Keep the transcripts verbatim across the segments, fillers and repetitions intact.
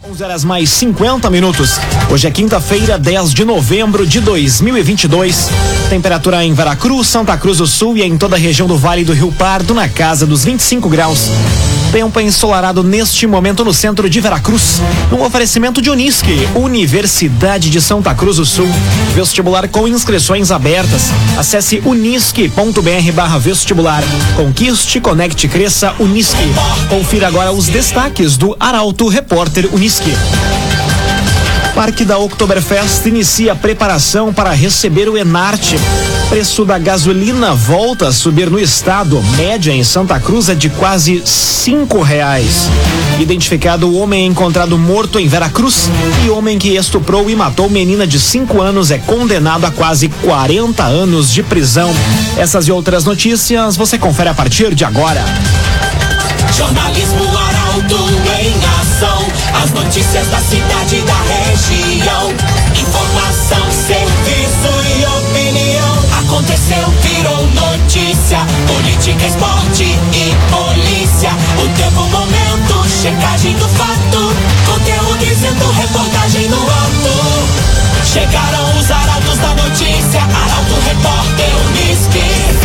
onze horas mais cinquenta minutos. Hoje é quinta-feira, dez de novembro de dois mil e vinte e dois. Temperatura em Veracruz, Santa Cruz do Sul e em toda a região do Vale do Rio Pardo na casa dos vinte e cinco graus. Tempo ensolarado neste momento no centro de Veracruz. Um oferecimento de Unisque, Universidade de Santa Cruz do Sul. Vestibular com inscrições abertas. Acesse unisque.br barra vestibular. Conquiste, conecte, cresça, Unisque. Confira agora os destaques do Arauto Repórter Unisque. Parque da Oktoberfest inicia a preparação para receber o Enarte. Preço da gasolina volta a subir no estado. Média em Santa Cruz é de quase cinco reais. Identificado o homem encontrado morto em Veracruz. E homem que estuprou e matou menina de cinco anos é condenado a quase quarenta anos de prisão. Essas e outras notícias você confere a partir de agora. Jornalismo Arauto em ação. As notícias da cidade e da região. Informação, serviço e opinião. Aconteceu, virou notícia. Política, esporte e polícia. O tempo, momento, checagem do fato. Conteúdo dizendo, reportagem no alto. Chegaram os arautos da notícia. Arauto, repórter, Unisque.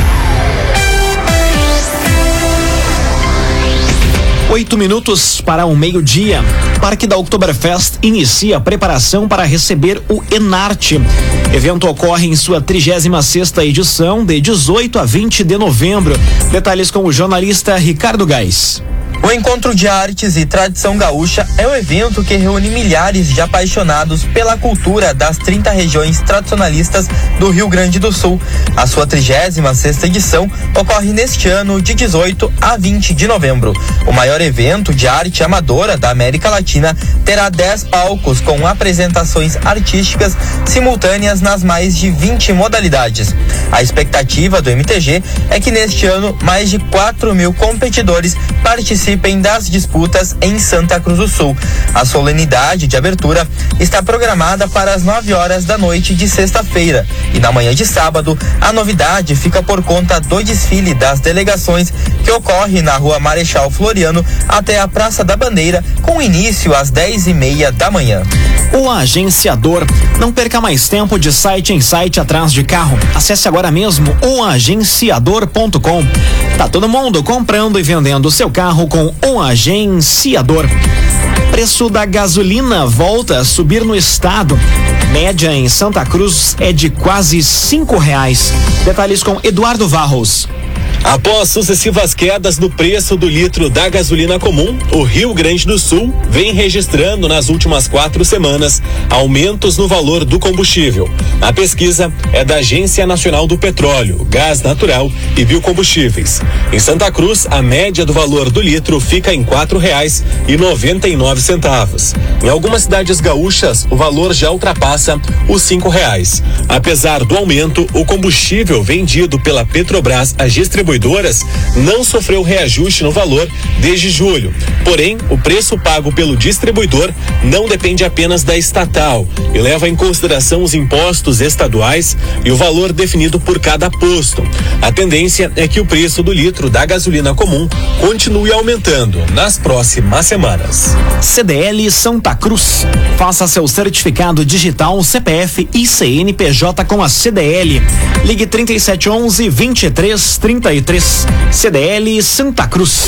Oito minutos para o meio-dia. Parque da Oktoberfest inicia a preparação para receber o Enarte. Evento ocorre em sua trigésima sexta edição, de dezoito a vinte de novembro. Detalhes com o jornalista Ricardo Gás. O Encontro de Artes e Tradição Gaúcha é o evento que reúne milhares de apaixonados pela cultura das trinta regiões tradicionalistas do Rio Grande do Sul. A sua trigésima sexta edição ocorre neste ano de dezoito a vinte de novembro. O maior evento de arte amadora da América Latina terá dez palcos com apresentações artísticas simultâneas nas mais de vinte modalidades. A expectativa do M T G é que neste ano mais de quatro mil competidores participem das disputas em Santa Cruz do Sul. A solenidade de abertura está programada para as nove horas da noite de sexta-feira e na manhã de sábado a novidade fica por conta do desfile das delegações que ocorre na Rua Marechal Floriano até a Praça da Bandeira, com início às dez e meia da manhã. O Agenciador. Não perca mais tempo de site em site atrás de carro. Acesse agora mesmo o agenciador ponto com. Tá todo mundo comprando e vendendo seu carro com o Agenciador. Preço da gasolina volta a subir no estado. Média em Santa Cruz é de quase cinco reais. Detalhes com Eduardo Varros. Após sucessivas quedas no preço do litro da gasolina comum, o Rio Grande do Sul vem registrando nas últimas quatro semanas aumentos no valor do combustível. A pesquisa é da Agência Nacional do Petróleo, Gás Natural e Biocombustíveis. Em Santa Cruz, a média do valor do litro fica em quatro reais e noventa e nove centavos. Em algumas cidades gaúchas, o valor já ultrapassa os cinco reais. Apesar do aumento, o combustível vendido pela Petrobras às distribuidoras não sofreu reajuste no valor desde julho. Porém, o preço pago pelo distribuidor não depende apenas da estatal e leva em consideração os impostos estaduais e o valor definido por cada posto. A tendência é que o preço do litro da gasolina comum continue aumentando nas próximas semanas. C D L Santa Cruz. Faça seu certificado digital C P F e C N P J com a C D L. Ligue trinta e sete onze, vinte e três, trinta e três. C D L Santa Cruz.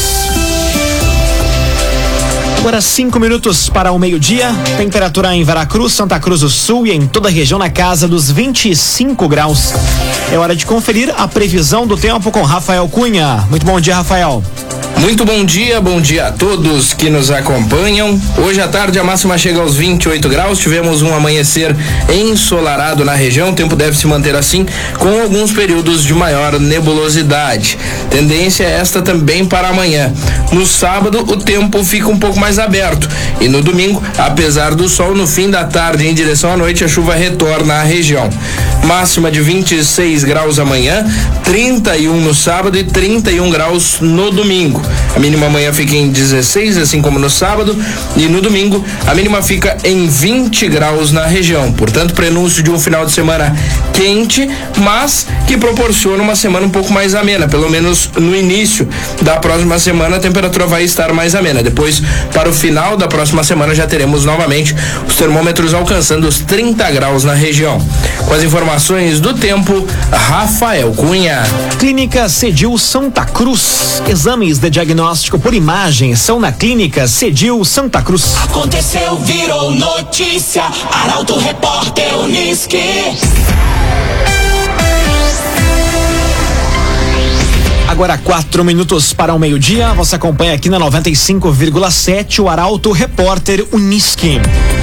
Agora cinco minutos para o meio-dia. Temperatura em Veracruz, Santa Cruz do Sul e em toda a região na casa dos vinte e cinco graus. É hora de conferir a previsão do tempo com Rafael Cunha. Muito bom dia, Rafael. Muito bom dia, bom dia a todos que nos acompanham. Hoje à tarde a máxima chega aos vinte e oito graus, tivemos um amanhecer ensolarado na região, o tempo deve se manter assim, com alguns períodos de maior nebulosidade. Tendência é esta também para amanhã. No sábado o tempo fica um pouco mais aberto e no domingo, apesar do sol, no fim da tarde em direção à noite a chuva retorna à região. Máxima de vinte e seis graus amanhã, trinta e um no sábado e trinta e um graus no domingo. A mínima amanhã fica em dezesseis, assim como no sábado, e no domingo a mínima fica em vinte graus na região. Portanto, prenúncio de um final de semana quente, mas que proporciona uma semana um pouco mais amena. Pelo menos no início da próxima semana a temperatura vai estar mais amena. Depois, para o final da próxima semana, já teremos novamente os termômetros alcançando os trinta graus na região. Com as informações do tempo, Rafael Cunha. Clínica Cedil Santa Cruz. Exames de diagnóstico por imagem são na Clínica Cedil Santa Cruz. Aconteceu, virou notícia. Arauto Repórter Unisque. Agora quatro minutos para o meio-dia. Você acompanha aqui na noventa e cinco vírgula sete o Arauto Repórter Unisque.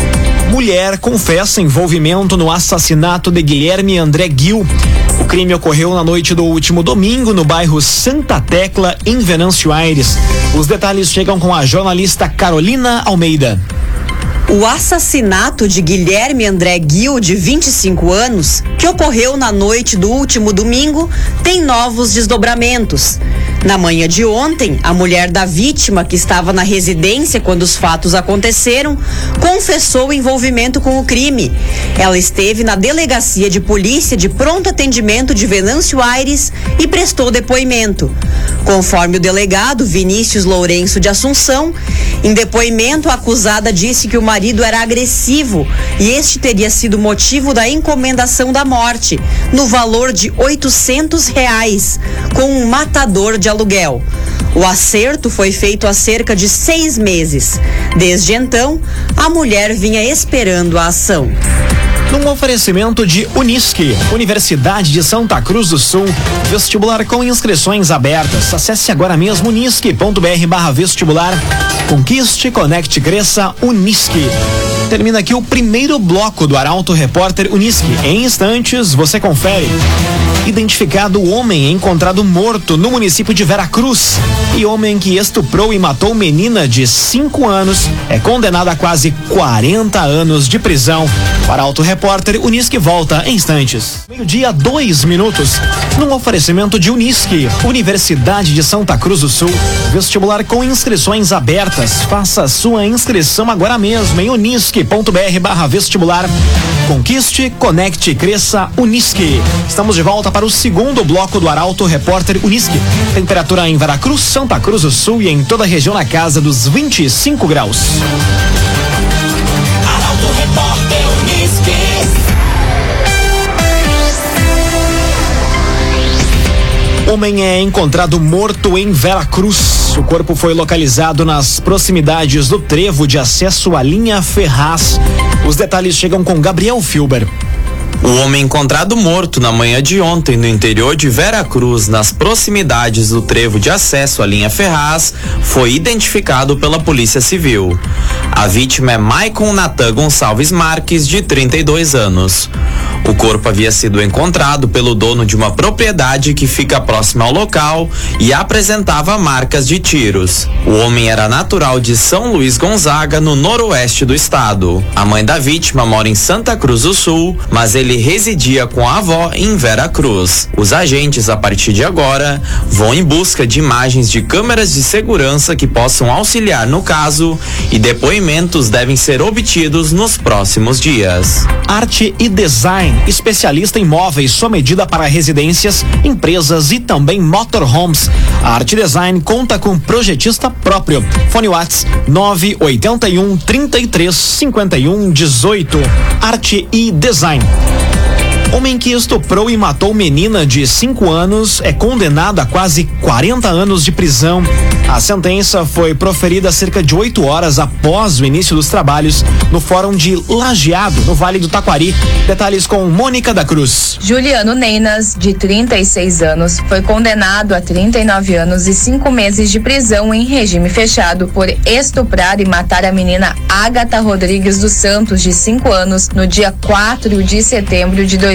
Mulher confessa envolvimento no assassinato de Guilherme André Gil. O crime ocorreu na noite do último domingo no bairro Santa Tecla, em Venâncio Aires. Os detalhes chegam com a jornalista Carolina Almeida. O assassinato de Guilherme André Gil, de vinte e cinco anos, que ocorreu na noite do último domingo, tem novos desdobramentos. Na manhã de ontem, a mulher da vítima, que estava na residência quando os fatos aconteceram, confessou o envolvimento com o crime. Ela esteve na delegacia de polícia de pronto atendimento de Venâncio Aires e prestou depoimento. Conforme o delegado Vinícius Lourenço de Assunção, em depoimento a acusada disse que o marido era agressivo e este teria sido motivo da encomendação da morte, no valor de oitocentos reais, com um matador de aluguel. O acerto foi feito há cerca de seis meses. Desde então, a mulher vinha esperando a ação. Num oferecimento de Unisque, Universidade de Santa Cruz do Sul, vestibular com inscrições abertas. Acesse agora mesmo unisque.br barra vestibular. Conquiste, conecte, cresça, Unisque. Termina aqui o primeiro bloco do Arauto Repórter Unisque. Em instantes, você confere. Identificado o homem encontrado morto no município de Veracruz. E homem que estuprou e matou menina de cinco anos é condenado a quase quarenta anos de prisão. O Arauto Repórter Unisque volta em instantes. Meio-dia, dois minutos. Num oferecimento de Unisque, Universidade de Santa Cruz do Sul. Vestibular com inscrições abertas. Faça sua inscrição agora mesmo em unisque.br barra vestibular. Conquiste, conecte, cresça, Unisque. Estamos de volta para o segundo bloco do Arauto Repórter Unisque. Temperatura em Veracruz, Santa Cruz do Sul e em toda a região na casa dos vinte e cinco graus. Arauto Repórter Unisque. Homem é encontrado morto em Veracruz. O corpo foi localizado nas proximidades do trevo de acesso à linha Ferraz. Os detalhes chegam com Gabriel Filber. O homem encontrado morto na manhã de ontem no interior de Veracruz, nas proximidades do trevo de acesso à linha Ferraz, foi identificado pela Polícia Civil. A vítima é Maicon Natan Gonçalves Marques, de trinta e dois anos. O corpo havia sido encontrado pelo dono de uma propriedade que fica próxima ao local e apresentava marcas de tiros. O homem era natural de São Luís Gonzaga, no noroeste do estado. A mãe da vítima mora em Santa Cruz do Sul, mas ele residia com a avó em Veracruz. Os agentes, a partir de agora, vão em busca de imagens de câmeras de segurança que possam auxiliar no caso, e depoimentos devem ser obtidos nos próximos dias. Arte e Design, especialista em móveis sob medida para residências, empresas e também motorhomes. A Arte Design conta com projetista próprio. Fone Whats nove oito um, trinta e três, cinquenta e um, dezoito. Arte e Design. Homem que estuprou e matou menina de cinco anos é condenado a quase quarenta anos de prisão. A sentença foi proferida cerca de oito horas após o início dos trabalhos no Fórum de Lajeado, no Vale do Taquari. Detalhes com Mônica da Cruz. Juliano Neinas, de trinta e seis anos, foi condenado a trinta e nove anos e cinco meses de prisão em regime fechado por estuprar e matar a menina Ágata Rodrigues dos Santos, de cinco anos, no dia quatro de setembro de dois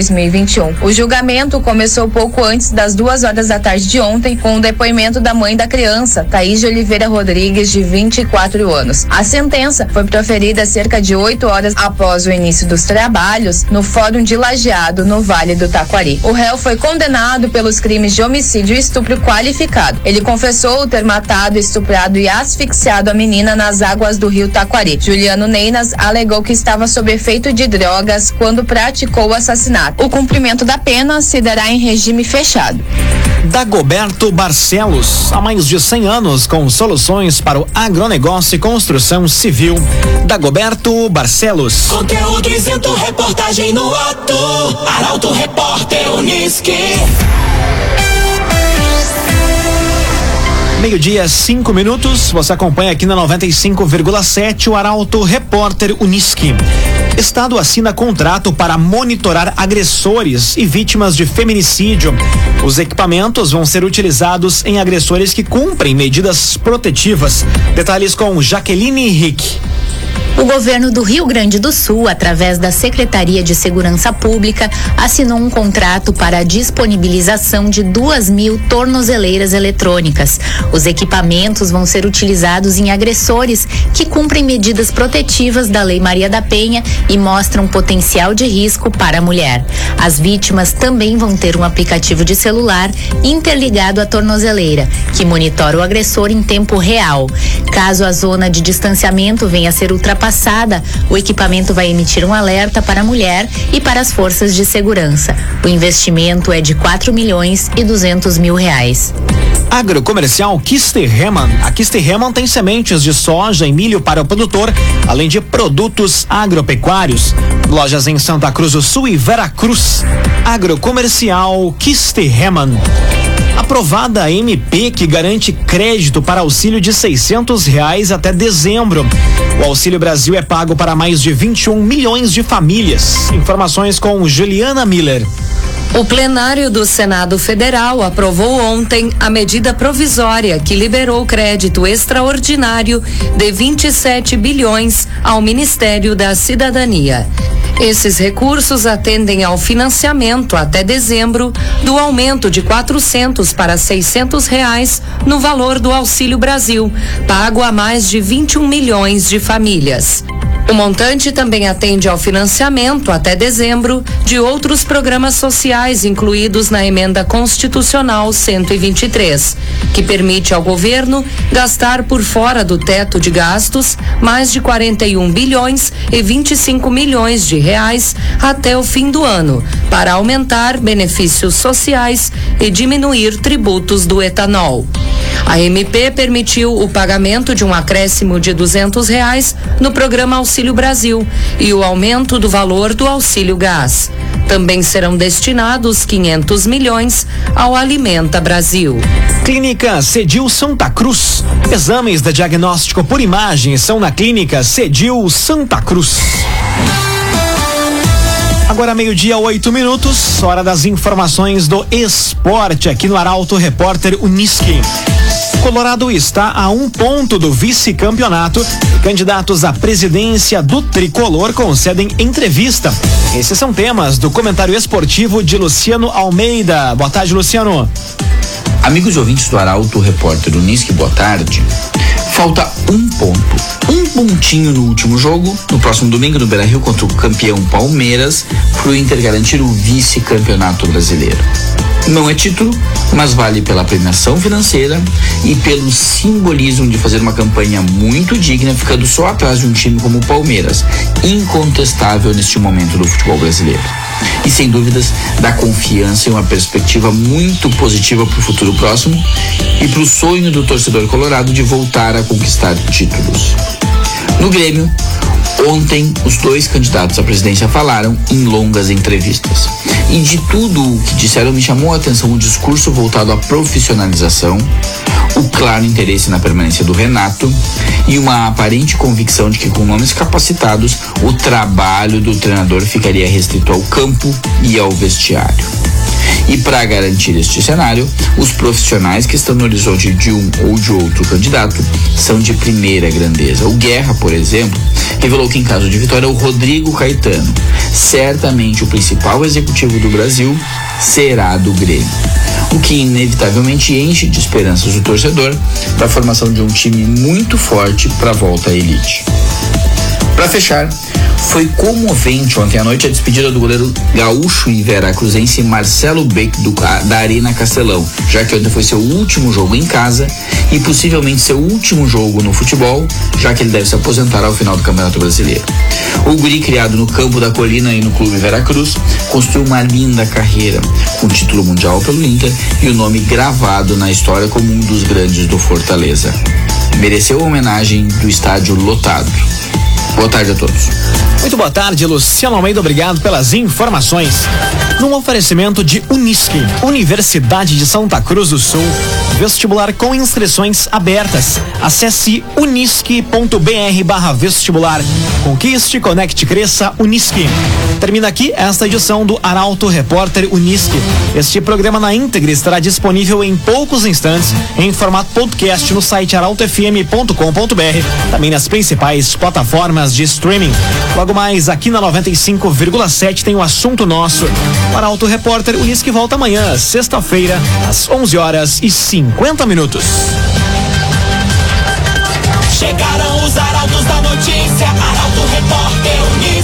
dois mil e vinte e um. O julgamento começou pouco antes das duas horas da tarde de ontem, com o depoimento da mãe da criança, Thaís de Oliveira Rodrigues, de vinte e quatro anos. A sentença foi proferida cerca de oito horas após o início dos trabalhos no Fórum de Lajeado, no Vale do Taquari. O réu foi condenado pelos crimes de homicídio e estupro qualificado. Ele confessou ter matado, estuprado e asfixiado a menina nas águas do rio Taquari. Juliano Neinas alegou que estava sob efeito de drogas quando praticou o assassinato. O cumprimento da pena se dará em regime fechado. Dagoberto Barcelos, há mais de cem anos com soluções para o agronegócio e construção civil. Dagoberto Barcelos. Conteúdo isento, reportagem no ato. Arauto Repórter Unisque. Meio-dia, cinco minutos. Você acompanha aqui na noventa e cinco vírgula sete o Arauto Repórter Unisque. Estado assina contrato para monitorar agressores e vítimas de feminicídio. Os equipamentos vão ser utilizados em agressores que cumprem medidas protetivas. Detalhes com Jaqueline Henrique. O governo do Rio Grande do Sul, através da Secretaria de Segurança Pública, assinou um contrato para a disponibilização de duas mil tornozeleiras eletrônicas. Os equipamentos vão ser utilizados em agressores que cumprem medidas protetivas da Lei Maria da Penha e mostram potencial de risco para a mulher. As vítimas também vão ter um aplicativo de celular interligado à tornozeleira, que monitora o agressor em tempo real. Caso a zona de distanciamento venha a ser ultrapassada, Passada, o equipamento vai emitir um alerta para a mulher e para as forças de segurança. O investimento é de quatro milhões e duzentos mil reais. Agrocomercial Kisterreman. A Kisterreman tem sementes de soja e milho para o produtor, além de produtos agropecuários. Lojas em Santa Cruz do Sul e Veracruz. Agrocomercial Kisterreman. Aprovada a M P que garante crédito para auxílio de seiscentos reais até dezembro. O Auxílio Brasil é pago para mais de vinte e um milhões de famílias. Informações com Juliana Miller. O plenário do Senado Federal aprovou ontem a medida provisória que liberou crédito extraordinário de vinte e sete bilhões ao Ministério da Cidadania. Esses recursos atendem ao financiamento até dezembro do aumento de quatrocentos para seiscentos reais no valor do Auxílio Brasil, pago a mais de vinte e um milhões de famílias. O montante também atende ao financiamento até dezembro de outros programas sociais incluídos na Emenda Constitucional cento e vinte e três, que permite ao governo gastar por fora do teto de gastos mais de quarenta e um bilhões e vinte e cinco milhões de reais até o fim do ano, para aumentar benefícios sociais e diminuir tributos do etanol. A M P permitiu o pagamento de um acréscimo de duzentos reais no programa Auxílio Brasil e o aumento do valor do Auxílio Gás. Também serão destinados quinhentos milhões ao Alimenta Brasil. Clínica Cedil Santa Cruz. Exames de diagnóstico por imagem são na Clínica Cedil Santa Cruz. Agora meio-dia, oito minutos, hora das informações do esporte aqui no Arauto Repórter Unisque. Colorado está a um ponto do vice-campeonato. Candidatos à presidência do Tricolor concedem entrevista. Esses são temas do comentário esportivo de Luciano Almeida. Boa tarde, Luciano. Amigos ouvintes do Arauto Repórter Unisque, boa tarde. Falta um ponto, um pontinho no último jogo, no próximo domingo no Beira-Rio contra o campeão Palmeiras, para o Inter garantir o vice-campeonato brasileiro. Não é título, mas vale pela premiação financeira e pelo simbolismo de fazer uma campanha muito digna, ficando só atrás de um time como o Palmeiras, incontestável neste momento do futebol brasileiro. E sem dúvidas, dá confiança e uma perspectiva muito positiva para o futuro próximo e para o sonho do torcedor colorado de voltar a conquistar títulos. No Grêmio, ontem os dois candidatos à presidência falaram em longas entrevistas. E de tudo o que disseram me chamou a atenção o discurso voltado à profissionalização, o claro interesse na permanência do Renato e uma aparente convicção de que com nomes capacitados o trabalho do treinador ficaria restrito ao campo e ao vestiário. E para garantir este cenário, os profissionais que estão no horizonte de um ou de outro candidato são de primeira grandeza. O Guerra, por exemplo, revelou que em caso de vitória, o Rodrigo Caetano, certamente o principal executivo do Brasil, será do Grêmio. O que inevitavelmente enche de esperanças o torcedor para a formação de um time muito forte para a volta à elite. Para fechar, foi comovente ontem à noite a despedida do goleiro gaúcho e veracruzense Marcelo Beck do, da Arena Castelão, já que ontem foi seu último jogo em casa e possivelmente seu último jogo no futebol, já que ele deve se aposentar ao final do Campeonato Brasileiro. O guri, criado no Campo da Colina e no Clube Veracruz, construiu uma linda carreira, com título mundial pelo Inter e o nome gravado na história como um dos grandes do Fortaleza. Mereceu a homenagem do estádio lotado. Boa tarde a todos. Muito boa tarde, Luciano Almeida, obrigado pelas informações. Num oferecimento de Unisque, Universidade de Santa Cruz do Sul, vestibular com inscrições abertas. Acesse unisque.br barra vestibular. Conquiste, conecte, cresça, Unisque. Termina aqui esta edição do Arauto Repórter Unisque. Este programa na íntegra estará disponível em poucos instantes em formato podcast no site arauto f m ponto com ponto b r, também nas principais plataformas de streaming. Logo mais aqui na noventa e cinco vírgula sete tem o assunto nosso. O Arauto Repórter Unisque volta amanhã, sexta-feira, às onze horas e cinquenta minutos. Chegaram os arautos da notícia, Arauto Repórter Unisque.